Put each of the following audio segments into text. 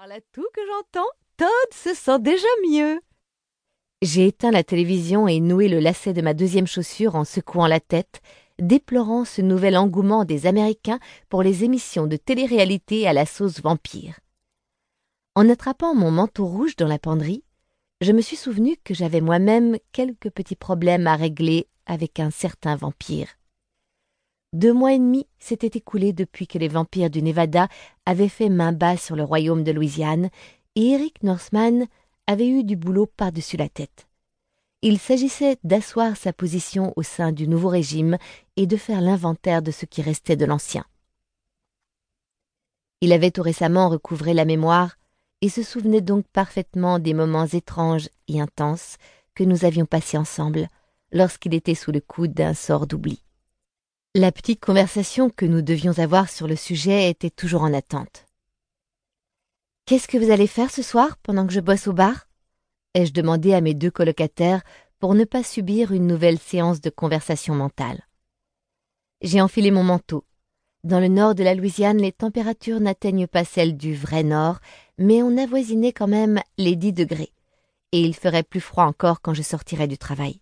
Par là tout que j'entends, Todd se sent déjà mieux. J'ai éteint la télévision et noué le lacet de ma deuxième chaussure en secouant la tête, déplorant ce nouvel engouement des Américains pour les émissions de télé-réalité à la sauce vampire. En attrapant mon manteau rouge dans la penderie, je me suis souvenu que j'avais moi-même quelques petits problèmes à régler avec un certain vampire. 2 mois et demi s'étaient écoulés depuis que les vampires du Nevada avaient fait main basse sur le royaume de Louisiane et Eric Northman avait eu du boulot par-dessus la tête. Il s'agissait d'asseoir sa position au sein du nouveau régime et de faire l'inventaire de ce qui restait de l'ancien. Il avait tout récemment recouvré la mémoire et se souvenait donc parfaitement des moments étranges et intenses que nous avions passés ensemble lorsqu'il était sous le coup d'un sort d'oubli. La petite conversation que nous devions avoir sur le sujet était toujours en attente. « Qu'est-ce que vous allez faire ce soir pendant que je bosse au bar ?» ai-je demandé à mes 2 colocataires pour ne pas subir une nouvelle séance de conversation mentale. J'ai enfilé mon manteau. Dans le nord de la Louisiane, les températures n'atteignent pas celles du vrai nord, mais on avoisinait quand même les 10 degrés, et il ferait plus froid encore quand je sortirais du travail.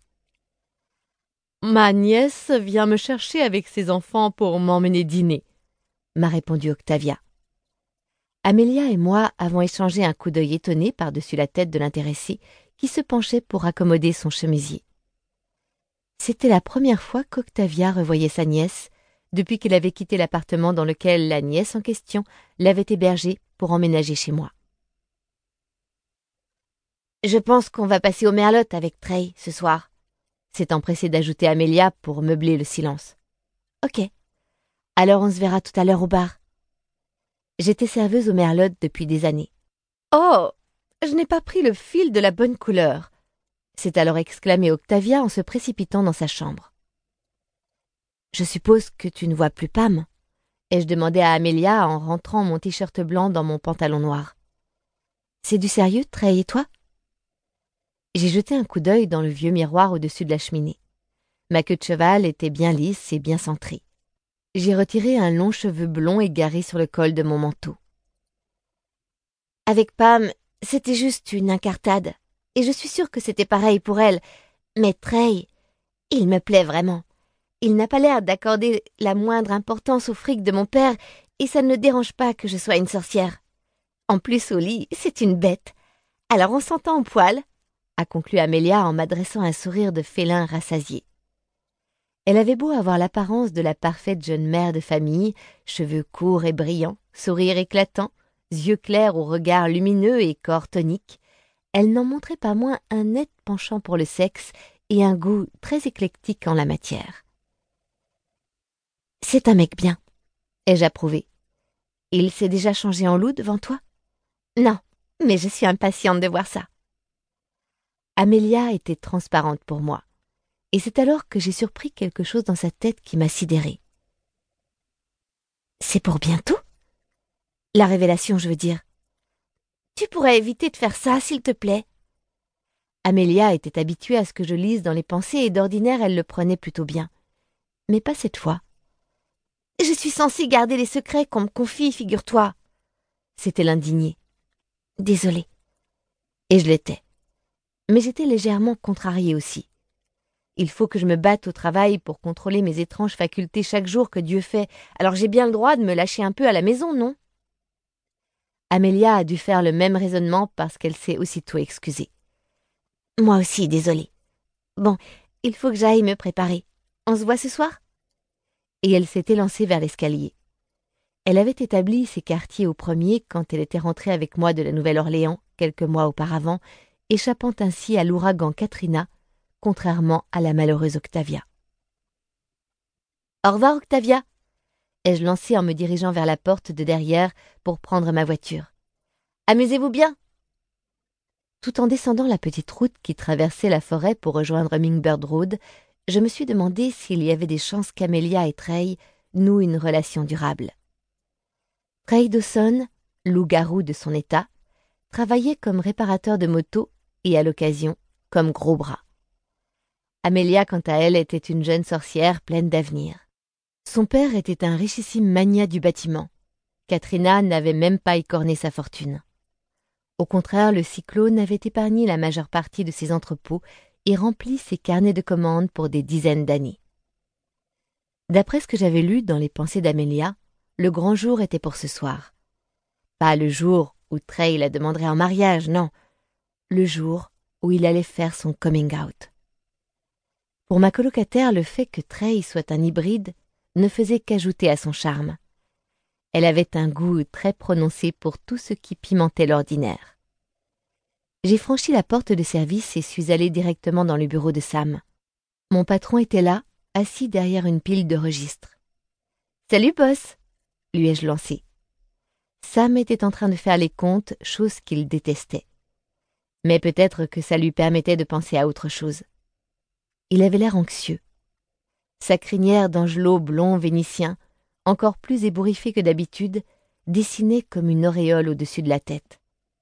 Ma nièce vient me chercher avec ses enfants pour m'emmener dîner, m'a répondu Octavia. Amélia et moi avons échangé un coup d'œil étonné par-dessus la tête de l'intéressé qui se penchait pour accommoder son chemisier. C'était la première fois qu'Octavia revoyait sa nièce depuis qu'elle avait quitté l'appartement dans lequel la nièce en question l'avait hébergée pour emménager chez moi. « Je pense qu'on va passer au Merlot avec Trey ce soir », s'est empressée d'ajouter Amélia pour meubler le silence. « Ok, alors on se verra tout à l'heure au bar. » J'étais serveuse au Merlot depuis des années. « Oh, je n'ai pas pris le fil de la bonne couleur !» s'est alors exclamée Octavia en se précipitant dans sa chambre. « Je suppose que tu ne vois plus Pam ?» ai-je demandé à Amélia en rentrant mon t-shirt blanc dans mon pantalon noir. « C'est du sérieux, Trey et toi ?» J'ai jeté un coup d'œil dans le vieux miroir au-dessus de la cheminée. Ma queue de cheval était bien lisse et bien centrée. J'ai retiré un long cheveu blond égaré sur le col de mon manteau. Avec Pam, c'était juste une incartade, et je suis sûre que c'était pareil pour elle. Mais Trey, il me plaît vraiment. Il n'a pas l'air d'accorder la moindre importance au fric de mon père, et ça ne le dérange pas que je sois une sorcière. En plus, au lit, c'est une bête. Alors on s'entend au poil, a conclu Amélia en m'adressant un sourire de félin rassasié. Elle avait beau avoir l'apparence de la parfaite jeune mère de famille, cheveux courts et brillants, sourire éclatant, yeux clairs au regard lumineux et corps tonique, elle n'en montrait pas moins un net penchant pour le sexe et un goût très éclectique en la matière. « C'est un mec bien, » ai-je approuvé. « Il s'est déjà changé en loup devant toi ?»« Non, mais je suis impatiente de voir ça. » Amélia était transparente pour moi. Et c'est alors que j'ai surpris quelque chose dans sa tête qui m'a sidérée. « C'est pour bientôt ? La révélation, je veux dire. Tu pourrais éviter de faire ça, s'il te plaît. » Amélia était habituée à ce que je lise dans les pensées et d'ordinaire, elle le prenait plutôt bien. Mais pas cette fois. « Je suis censée garder les secrets qu'on me confie, figure-toi. » C'était l'indigné. « Désolée. » Et je l'étais. Mais j'étais légèrement contrariée aussi. Il faut que je me batte au travail pour contrôler mes étranges facultés chaque jour que Dieu fait, alors j'ai bien le droit de me lâcher un peu à la maison, non ? Amélia a dû faire le même raisonnement parce qu'elle s'est aussitôt excusée. Moi aussi, désolée. Bon, il faut que j'aille me préparer. On se voit ce soir ? Et elle s'est élancée vers l'escalier. Elle avait établi ses quartiers au premier quand elle était rentrée avec moi de la Nouvelle-Orléans quelques mois auparavant, échappant ainsi à l'ouragan Katrina, contrairement à la malheureuse Octavia. « Au revoir, Octavia !» ai-je lancé en me dirigeant vers la porte de derrière pour prendre ma voiture. « Amusez-vous bien !» Tout en descendant la petite route qui traversait la forêt pour rejoindre Hummingbird Road, je me suis demandé s'il y avait des chances qu'Amélia et Trey nouent une relation durable. Trey Dawson, loup-garou de son état, travaillait comme réparateur de motos et, à l'occasion, comme gros bras. Amélia, quant à elle, était une jeune sorcière pleine d'avenir. Son père était un richissime magnat du bâtiment. Katrina n'avait même pas écorné sa fortune. Au contraire, le cyclone avait épargné la majeure partie de ses entrepôts et rempli ses carnets de commandes pour des dizaines d'années. D'après ce que j'avais lu dans les pensées d'Amelia, le grand jour était pour ce soir. Pas le jour où Trey la demanderait en mariage, non. Le jour où il allait faire son coming out. Pour ma colocataire, le fait que Trey soit un hybride ne faisait qu'ajouter à son charme. Elle avait un goût très prononcé pour tout ce qui pimentait l'ordinaire. J'ai franchi la porte de service et suis allée directement dans le bureau de Sam. Mon patron était là, assis derrière une pile de registres. « Salut, boss !» lui ai-je lancé. Sam était en train de faire les comptes, chose qu'il détestait. Mais peut-être que ça lui permettait de penser à autre chose. Il avait l'air anxieux. Sa crinière d'angelot blond vénitien, encore plus ébouriffée que d'habitude, dessinait comme une auréole au-dessus de la tête.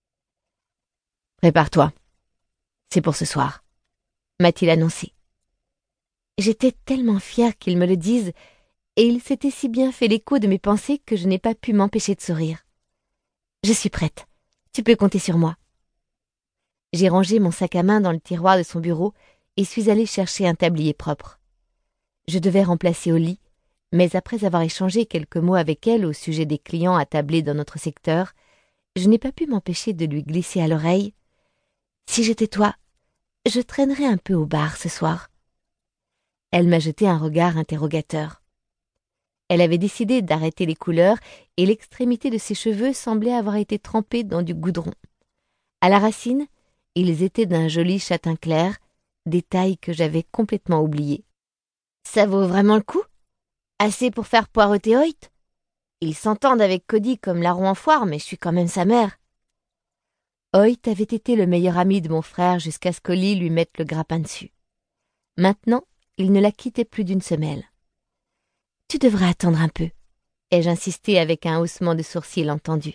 « Prépare-toi. C'est pour ce soir, » m'a-t-il annoncé. J'étais tellement fière qu'il me le dise, et il s'était si bien fait l'écho de mes pensées que je n'ai pas pu m'empêcher de sourire. « Je suis prête. Tu peux compter sur moi. » J'ai rangé mon sac à main dans le tiroir de son bureau et suis allée chercher un tablier propre. Je devais remplacer Holly, mais après avoir échangé quelques mots avec elle au sujet des clients attablés dans notre secteur, je n'ai pas pu m'empêcher de lui glisser à l'oreille « Si j'étais toi, je traînerais un peu au bar ce soir. » Elle m'a jeté un regard interrogateur. Elle avait décidé d'arrêter les couleurs et l'extrémité de ses cheveux semblait avoir été trempée dans du goudron. À la racine, ils étaient d'un joli châtain clair, détail que j'avais complètement oublié. « Ça vaut vraiment le coup? Assez pour faire poireauter Hoyt? Ils s'entendent avec Cody comme la roue en foire, mais je suis quand même sa mère. » Hoyt avait été le meilleur ami de mon frère jusqu'à ce qu'Holly lui mette le grappin dessus. Maintenant, il ne la quittait plus d'une semelle. « Tu devrais attendre un peu, » ai-je insisté avec un haussement de sourcils entendu.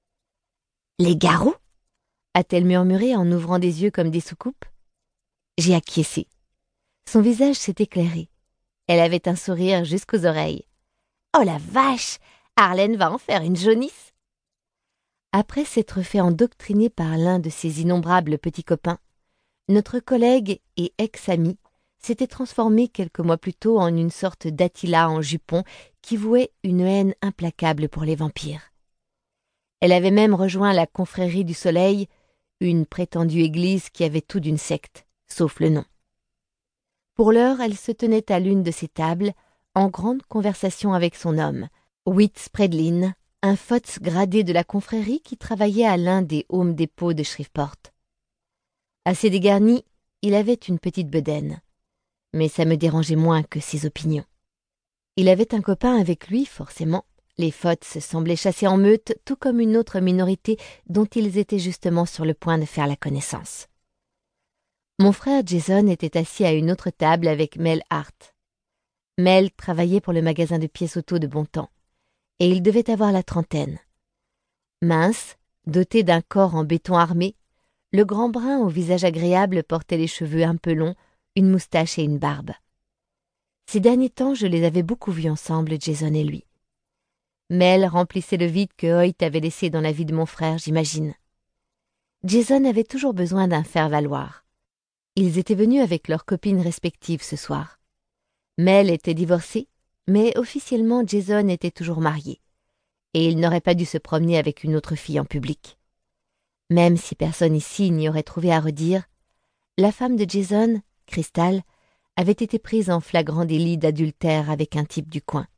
« Les garrots ?» a-t-elle murmuré en ouvrant des yeux comme des soucoupes. J'ai acquiescé. Son visage s'est éclairé. Elle avait un sourire jusqu'aux oreilles. « Oh la vache! Arlène va en faire une jaunisse !» Après s'être fait endoctriner par l'un de ses innombrables petits copains, notre collègue et ex-ami s'était transformé quelques mois plus tôt en une sorte d'Attila en jupon qui vouait une haine implacable pour les vampires. Elle avait même rejoint la confrérie du Soleil, une prétendue église qui avait tout d'une secte, sauf le nom. Pour l'heure, elle se tenait à l'une de ces tables, en grande conversation avec son homme, Whit Spredlin, un FOTS gradé de la confrérie qui travaillait à l'un des Home Depot de Shreveport. Assez dégarni, il avait une petite bedaine, mais ça me dérangeait moins que ses opinions. Il avait un copain avec lui, forcément. Les FOTS semblaient chasser en meute, tout comme une autre minorité dont ils étaient justement sur le point de faire la connaissance. Mon frère Jason était assis à une autre table avec Mel Hart. Mel travaillait pour le magasin de pièces auto de bon temps, et il devait avoir la trentaine. Mince, doté d'un corps en béton armé, le grand brun au visage agréable portait les cheveux un peu longs, une moustache et une barbe. Ces derniers temps, je les avais beaucoup vus ensemble, Jason et lui. Mel remplissait le vide que Hoyt avait laissé dans la vie de mon frère, j'imagine. Jason avait toujours besoin d'un faire-valoir. Ils étaient venus avec leurs copines respectives ce soir. Mel était divorcée, mais officiellement Jason était toujours marié, et il n'aurait pas dû se promener avec une autre fille en public. Même si personne ici n'y aurait trouvé à redire, la femme de Jason, Crystal, avait été prise en flagrant délit d'adultère avec un type du coin.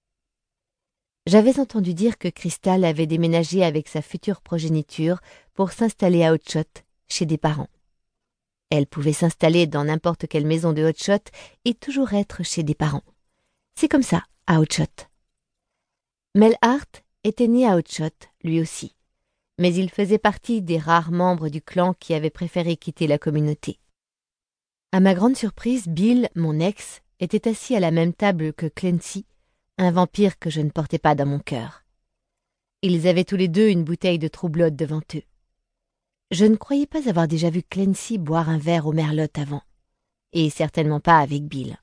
J'avais entendu dire que Crystal avait déménagé avec sa future progéniture pour s'installer à Hot Shot, chez des parents. Elle pouvait s'installer dans n'importe quelle maison de Hot Shot et toujours être chez des parents. C'est comme ça, à Hot Shot. Mel Hart était né à Hot Shot, lui aussi, mais il faisait partie des rares membres du clan qui avaient préféré quitter la communauté. À ma grande surprise, Bill, mon ex, était assis à la même table que Clancy, un vampire que je ne portais pas dans mon cœur. Ils avaient tous les deux une bouteille de True Blood devant eux. Je ne croyais pas avoir déjà vu Clancy boire un verre au merlot avant, et certainement pas avec Bill.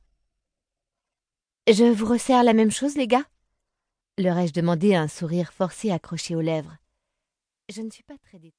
« Je vous resserre la même chose, les gars ?» leur ai-je demandé, un sourire forcé accroché aux lèvres. Je ne suis pas très détendue.